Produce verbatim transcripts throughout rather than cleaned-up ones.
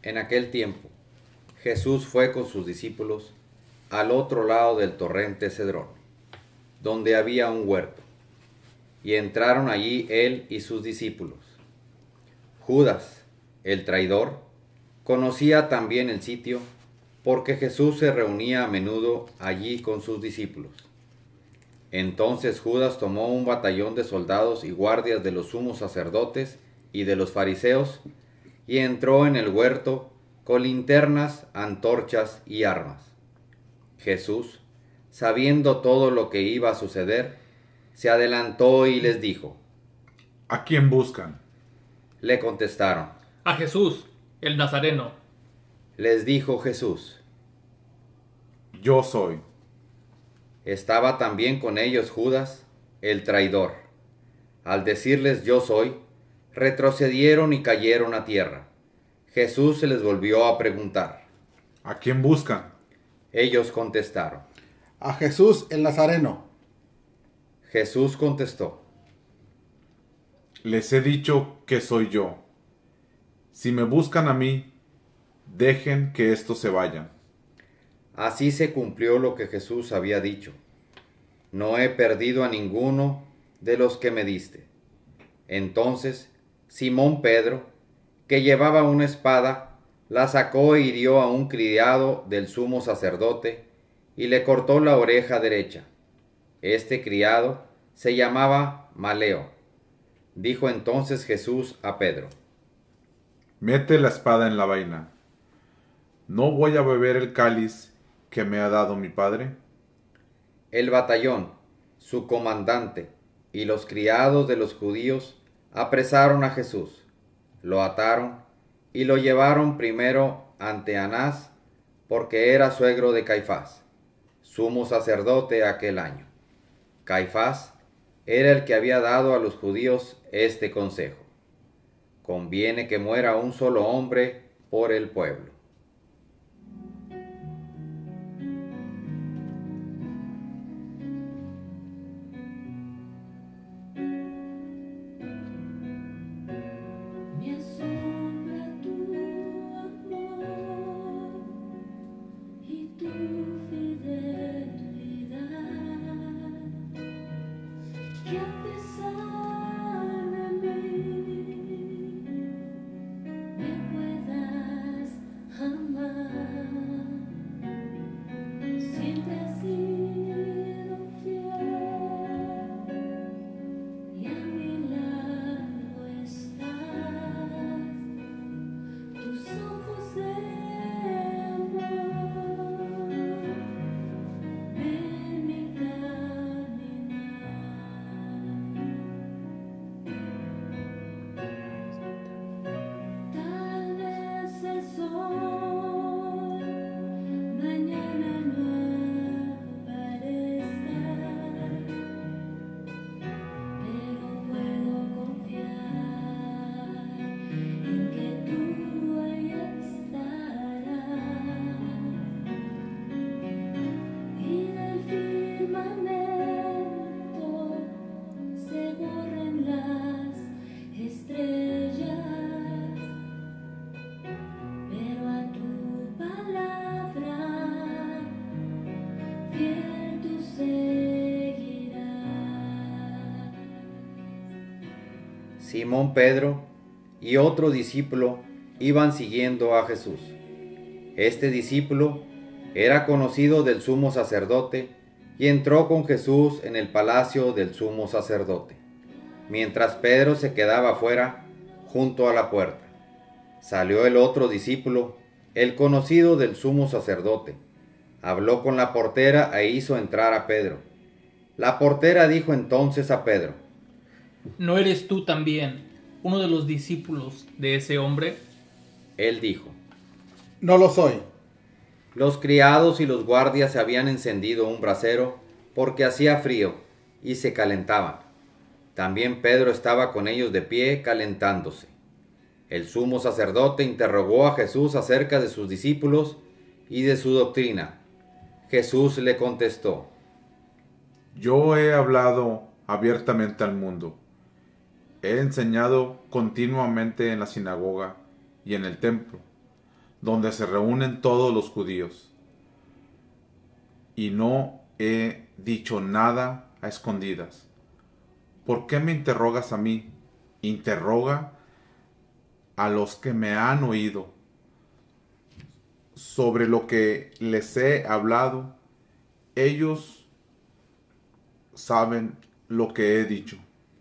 En aquel tiempo, Jesús fue con sus discípulos al otro lado del torrente Cedrón, donde había un huerto, y entraron allí él y sus discípulos. Judas, el traidor, conocía también el sitio, porque Jesús se reunía a menudo allí con sus discípulos. Entonces Judas tomó un batallón de soldados y guardias de los sumos sacerdotes y de los fariseos, y entró en el huerto con linternas, antorchas y armas. Jesús, sabiendo todo lo que iba a suceder, se adelantó y les dijo: ¿A quién buscan? Le contestaron. A Jesús, el Nazareno. Les dijo Jesús. Yo soy. Estaba también con ellos Judas, el traidor. Al decirles yo soy, retrocedieron y cayeron a tierra. Jesús se les volvió a preguntar. ¿A quién buscan? Ellos contestaron. A Jesús el Nazareno. Jesús contestó. Les he dicho que soy yo. Si me buscan a mí, dejen que estos se vayan. Así se cumplió lo que Jesús había dicho. No he perdido a ninguno de los que me diste. Entonces Simón Pedro, que llevaba una espada, la sacó e hirió a un criado del sumo sacerdote y le cortó la oreja derecha. Este criado se llamaba Maleo. Dijo entonces Jesús a Pedro: Mete la espada en la vaina. ¿No voy a beber el cáliz que me ha dado mi padre? El batallón, su comandante y los criados de los judíos apresaron a Jesús, lo ataron y lo llevaron primero ante Anás, porque era suegro de Caifás, sumo sacerdote aquel año. Caifás era el que había dado a los judíos este consejo: conviene que muera un solo hombre por el pueblo. Me asombra tu amor y tu fidelidad, que a pesar de mí me puedas amar. Siempre has sido fiel y a mi lado estás. Tus ojos de amor ven mi caminar. Tal vez el sol mañana no aparezca, pero puedo confiar en que tú ahí estarás, y del firmamento se borren las estrellas, pero a tu palabra fiel tú seguirás. Simón Pedro y otro discípulo iban siguiendo a Jesús. Este discípulo era conocido del sumo sacerdote y entró con Jesús en el palacio del sumo sacerdote, mientras Pedro se quedaba fuera junto a la puerta. Salió el otro discípulo, el conocido del sumo sacerdote. Habló con la portera e hizo entrar a Pedro. La portera dijo entonces a Pedro: ¿No eres tú también uno de los discípulos de ese hombre? Él dijo. No lo soy. Los criados y los guardias se habían encendido un brasero porque hacía frío y se calentaban. También Pedro estaba con ellos de pie calentándose. El sumo sacerdote interrogó a Jesús acerca de sus discípulos y de su doctrina. Jesús le contestó: Yo he hablado abiertamente al mundo. He enseñado continuamente en la sinagoga y en el templo. donde se reúnen todos los judíos. Y no he dicho nada a escondidas. ¿Por qué me interrogas a mí? Interroga a los que me han oído. Sobre lo que les he hablado, ellos saben lo que he dicho.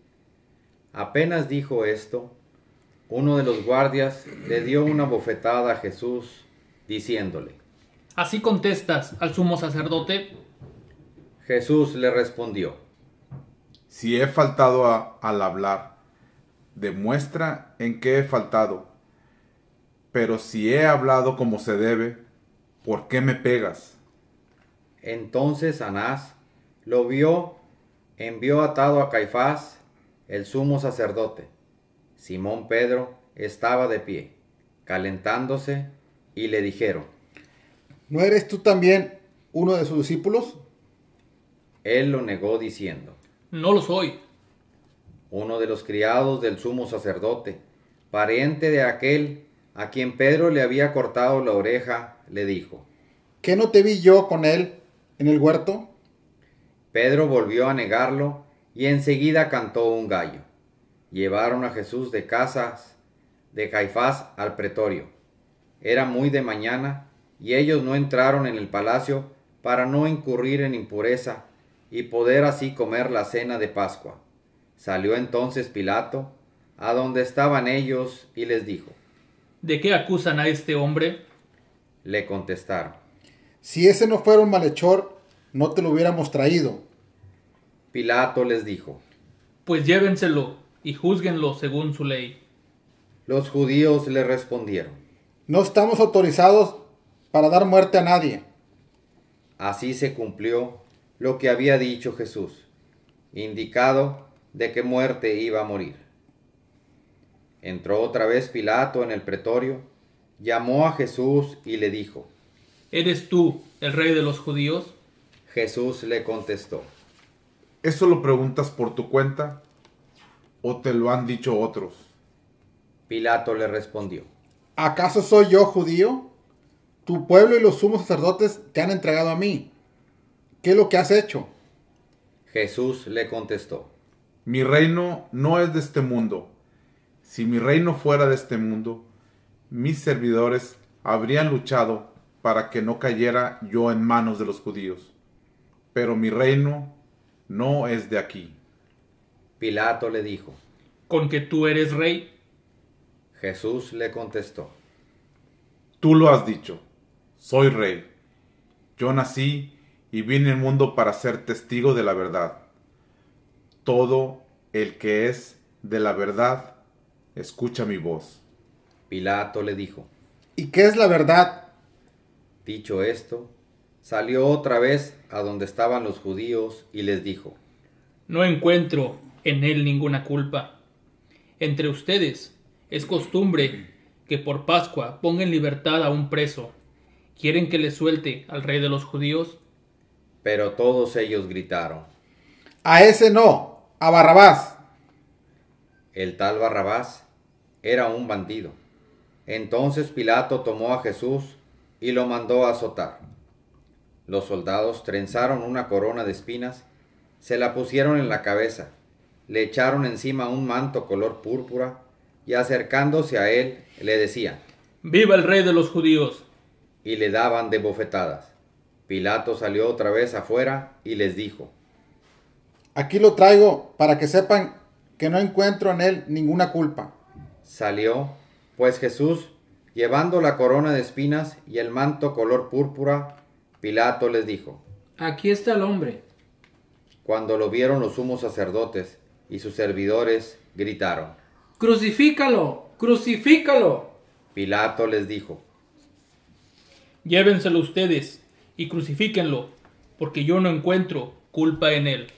Apenas dijo esto, uno de los guardias le dio una bofetada a Jesús, diciéndole: ¿Así contestas al sumo sacerdote? Jesús le respondió: Si he faltado a- al hablar, demuestra en qué he faltado. Pero si he hablado como se debe, ¿por qué me pegas? Entonces Anás lo vio, envió atado a Caifás, el sumo sacerdote. Simón Pedro estaba de pie, calentándose, y le dijeron. ¿No eres tú también uno de sus discípulos? Él lo negó diciendo: No lo soy. Uno de los criados del sumo sacerdote, pariente de aquel a quien Pedro le había cortado la oreja, le dijo. ¿Qué no te vi yo con él en el huerto? Pedro volvió a negarlo y enseguida cantó un gallo. Llevaron a Jesús de casas de Caifás al pretorio. Era muy de mañana y ellos no entraron en el palacio para no incurrir en impureza y poder así comer la cena de Pascua. Salió entonces Pilato a donde estaban ellos y les dijo. ¿De qué acusan a este hombre? Le contestaron. Si ese no fuera un malhechor, no te lo hubiéramos traído. Pilato les dijo. Pues llévenselo y júzguenlo según su ley. Los judíos le respondieron. No estamos autorizados para dar muerte a nadie. Así se cumplió lo que había dicho Jesús, indicado de qué muerte iba a morir. Entró otra vez Pilato en el pretorio, llamó a Jesús y le dijo. ¿Eres tú el rey de los judíos? Jesús le contestó. ¿Eso lo preguntas por tu cuenta o te lo han dicho otros? Pilato le respondió. ¿Acaso soy yo judío? Tu pueblo y los sumos sacerdotes te han entregado a mí. ¿Qué es lo que has hecho? Jesús le contestó. Mi reino no es de este mundo. Si mi reino fuera de este mundo, mis servidores habrían luchado para que no cayera yo en manos de los judíos. Pero mi reino no es de aquí. Pilato le dijo. ¿Con que tú eres rey? Jesús le contestó. Tú lo has dicho, soy rey. Yo nací y vine al mundo para ser testigo de la verdad. Todo el que es de la verdad, escucha mi voz. Pilato le dijo. ¿Y qué es la verdad? Dicho esto, salió otra vez a donde estaban los judíos y les dijo. No encuentro en él ninguna culpa. Entre ustedes es costumbre que por Pascua ponga en libertad a un preso. ¿Quieren que le suelte al rey de los judíos? Pero todos ellos gritaron. A ese no, a Barrabás. El tal Barrabás era un bandido. Entonces Pilato tomó a Jesús y lo mandó a azotar. Los soldados trenzaron una corona de espinas, se la pusieron en la cabeza, le echaron encima un manto color púrpura y acercándose a él le decían, ¡Viva el rey de los judíos! y le daban de bofetadas. Pilato salió otra vez afuera y les dijo, Aquí lo traigo para que sepan que no encuentro en él ninguna culpa. Salió, pues Jesús, llevando la corona de espinas y el manto color púrpura. Pilato les dijo. Aquí está el hombre. Cuando lo vieron los sumos sacerdotes y sus servidores, gritaron. ¡Crucifícalo! ¡Crucifícalo! Pilato les dijo. Llévenselo ustedes y crucifíquenlo, porque yo no encuentro culpa en él.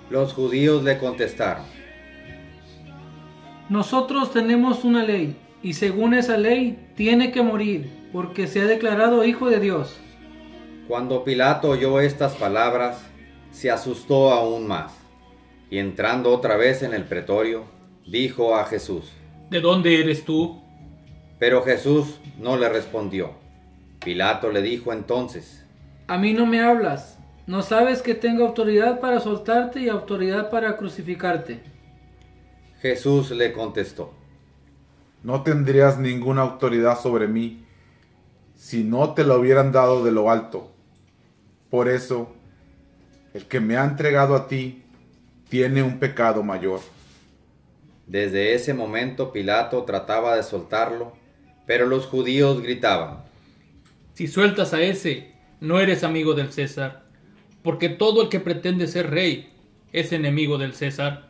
Los judíos le contestaron: Nosotros tenemos una ley, y según esa ley tiene que morir, porque se ha declarado hijo de Dios. Cuando Pilato oyó estas palabras, se asustó aún más, y entrando otra vez en el pretorio, dijo a Jesús: ¿De dónde eres tú? Pero Jesús no le respondió. Pilato le dijo entonces: A mí no me hablas. ¿No sabes que tengo autoridad para soltarte y autoridad para crucificarte? Jesús le contestó: No tendrías ninguna autoridad sobre mí si no te la hubieran dado de lo alto. Por eso, el que me ha entregado a ti tiene un pecado mayor. Desde ese momento Pilato trataba de soltarlo, pero los judíos gritaban: Si sueltas a ese, no eres amigo del César, porque todo el que pretende ser rey es enemigo del César.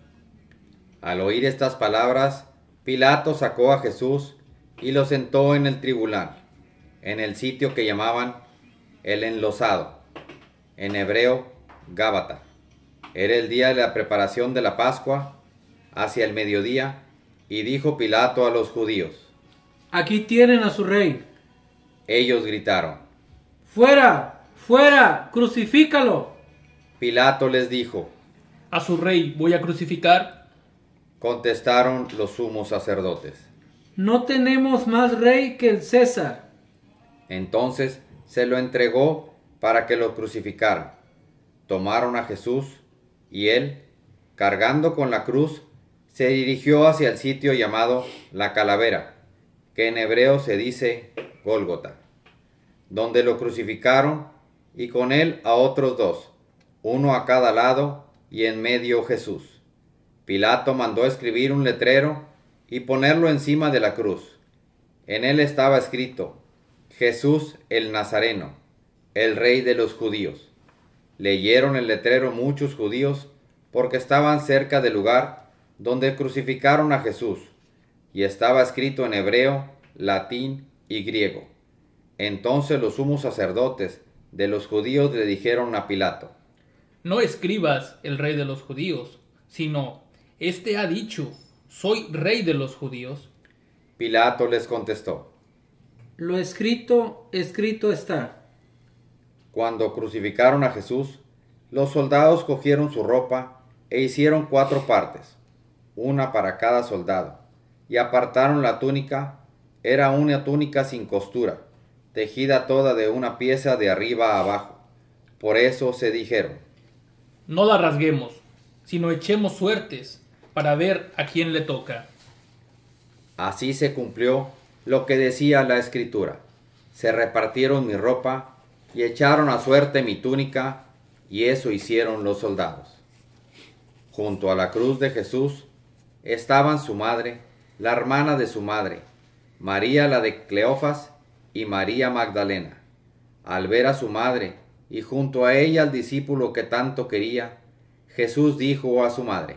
Al oír estas palabras, Pilato sacó a Jesús y lo sentó en el tribunal, en el sitio que llamaban el Enlosado, en hebreo Gábata. Era el día de la preparación de la Pascua, hacia el mediodía, y dijo Pilato a los judíos: Aquí tienen a su rey. Ellos gritaron. ¡Fuera! ¡Fuera! ¡Crucifícalo! Pilato les dijo: ¿A su rey voy a crucificar? Contestaron los sumos sacerdotes. No tenemos más rey que el César. Entonces se lo entregó para que lo crucificaran. Tomaron a Jesús y él, cargando con la cruz, se dirigió hacia el sitio llamado La Calavera, que en hebreo se dice Gólgota, donde lo crucificaron, y con él a otros dos, uno a cada lado y en medio Jesús. Pilato mandó escribir un letrero y ponerlo encima de la cruz. En él estaba escrito: Jesús el Nazareno, el rey de los judíos. Leyeron el letrero muchos judíos porque estaban cerca del lugar donde crucificaron a Jesús, y estaba escrito en hebreo, latín y griego. Entonces los sumos sacerdotes de los judíos le dijeron a Pilato: No escribas el rey de los judíos, sino, este ha dicho, soy rey de los judíos. Pilato les contestó: Lo escrito, escrito está. Cuando crucificaron a Jesús, los soldados cogieron su ropa e hicieron cuatro partes, una para cada soldado, y apartaron la túnica. Era una túnica sin costura, tejida toda de una pieza de arriba a abajo. Por eso se dijeron: No la rasguemos, sino echemos suertes para ver a quién le toca. Así se cumplió lo que decía la Escritura: se repartieron mi ropa y echaron a suerte mi túnica, y eso hicieron los soldados. Junto a la cruz de Jesús estaban su madre, la hermana de su madre, María la de Cleofas y María Magdalena. Al ver a su madre y junto a ella al discípulo que tanto quería, Jesús dijo a su madre: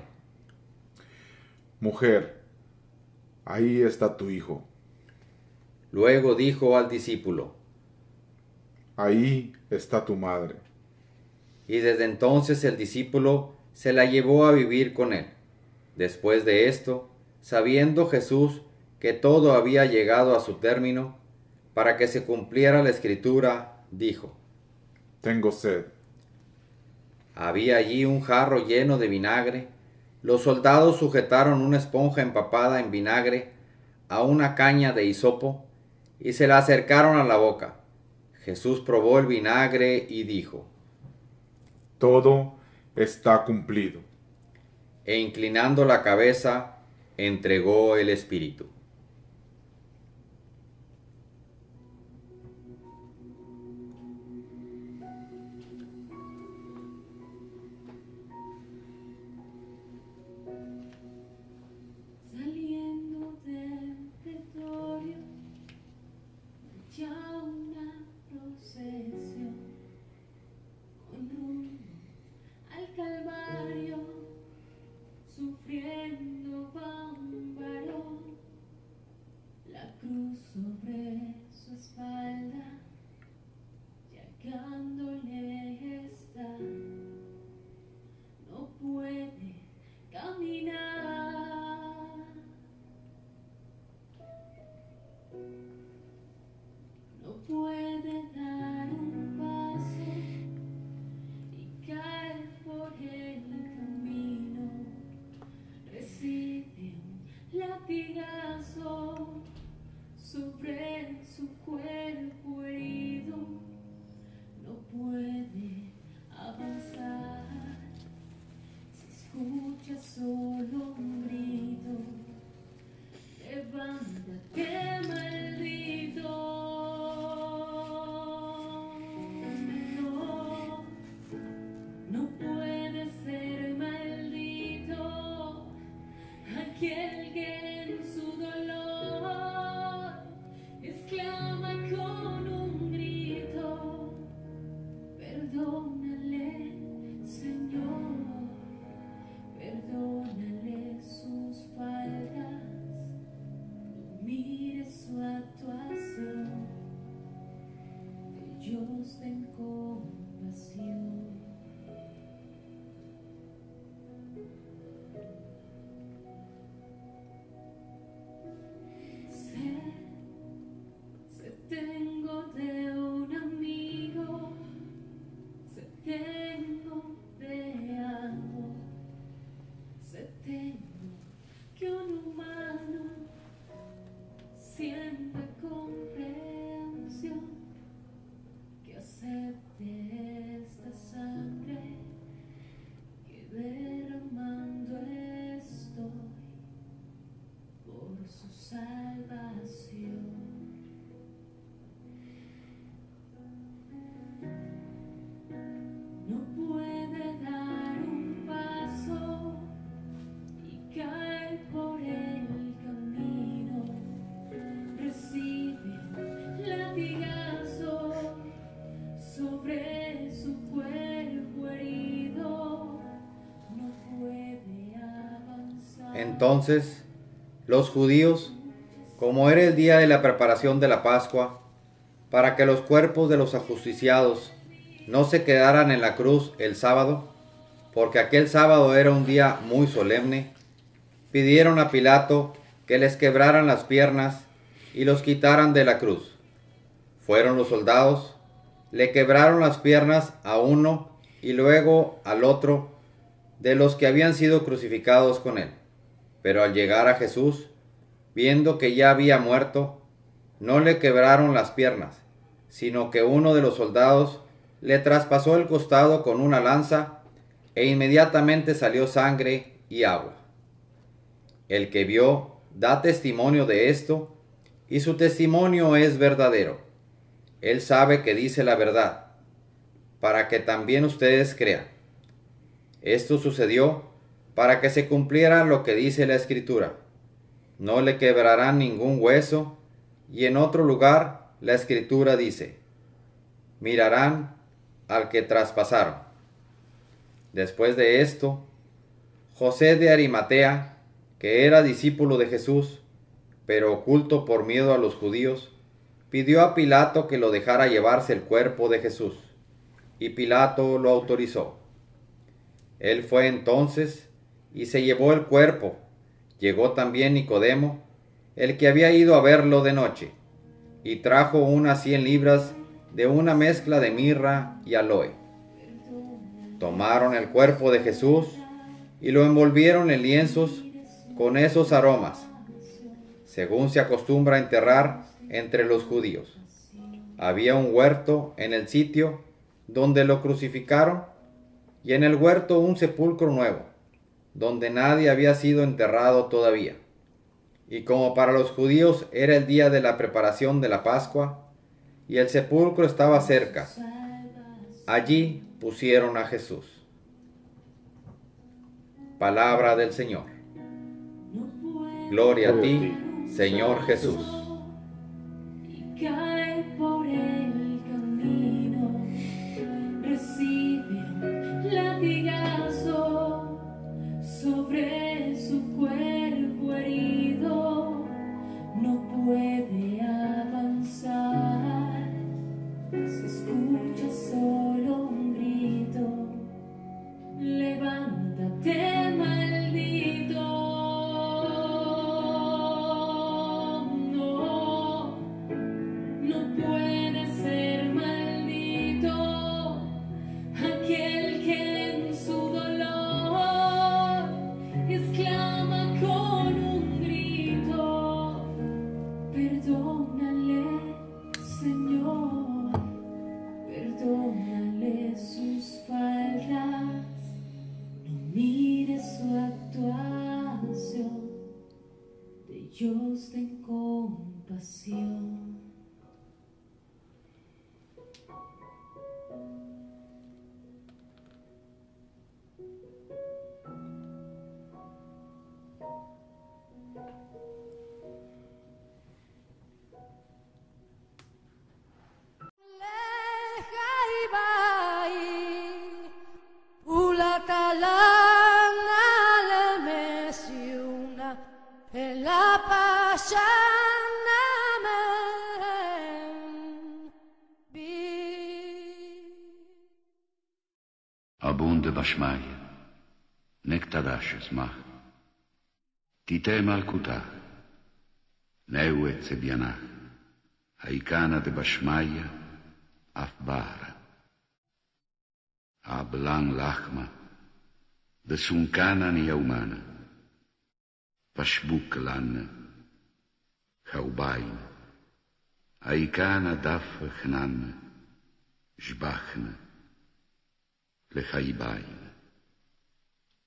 Mujer, ahí está tu hijo. Luego dijo al discípulo: Ahí está tu madre. Y desde entonces el discípulo se la llevó a vivir con él. Después de esto, sabiendo Jesús que todo había llegado a su término, para que se cumpliera la escritura, dijo: Tengo sed. Había allí un jarro lleno de vinagre. Los soldados sujetaron una esponja empapada en vinagre a una caña de hisopo y se la acercaron a la boca. Jesús probó el vinagre y dijo: Todo está cumplido. E inclinando la cabeza, entregó el espíritu. Saliendo del pretorio, ya una procesión con rumbo al Calvario, sufriendo va un varón Entonces, los judíos, como era el día de la preparación de la Pascua, para que los cuerpos de los ajusticiados no se quedaran en la cruz el sábado, porque aquel sábado era un día muy solemne, pidieron a Pilato que les quebraran las piernas y los quitaran de la cruz. Fueron los soldados, le quebraron las piernas a uno y luego al otro de los que habían sido crucificados con él. Pero al llegar a Jesús, viendo que ya había muerto, no le quebraron las piernas, sino que uno de los soldados le traspasó el costado con una lanza e inmediatamente salió sangre y agua. El que vio da testimonio de esto, y su testimonio es verdadero. Él sabe que dice la verdad, para que también ustedes crean. Esto sucedió para que se cumpliera lo que dice la Escritura: no le quebrarán ningún hueso. Y en otro lugar la Escritura dice: mirarán al que traspasaron. Después de esto, José de Arimatea, que era discípulo de Jesús, pero oculto por miedo a los judíos, pidió a Pilato que lo dejara llevarse el cuerpo de Jesús, y Pilato lo autorizó. Él fue entonces y se llevó el cuerpo. Llegó también Nicodemo, el que había ido a verlo de noche, y trajo unas cien libras de una mezcla de mirra y aloe. Tomaron el cuerpo de Jesús y lo envolvieron en lienzos con esos aromas, según se acostumbra enterrar entre los judíos. Había un huerto en el sitio donde lo crucificaron, y en el huerto un sepulcro nuevo, donde nadie había sido enterrado todavía. Y como para los judíos era el día de la preparación de la Pascua, y el sepulcro estaba cerca, allí pusieron a Jesús. Palabra del Señor. Gloria a ti, Señor Jesús. Y cae por el camino, recibe un latigazo sobre su cuerpo herido, no puede avanzar, se escucha solo un grito: levántate, maldito. No, no puede ser maldito aquel que en su dolor exclama con un grito: perdónale, Señor, perdónale sus faltas, no mires su actuación, de ellos ten compasión. Abunde Bashmaya, Nektadash Smach, Tite Malkutah, Neue Tsebianach, Haikana de Bashmaya, Afbara, Ablang Lachma, de Sunkana ni Yaumana, Pashbuk Lanne, Chaubain, Haikana Daf Chnanne, Jbachne, Lechaibain.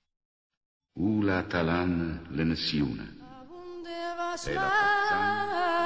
Ula talan le nesiune. E la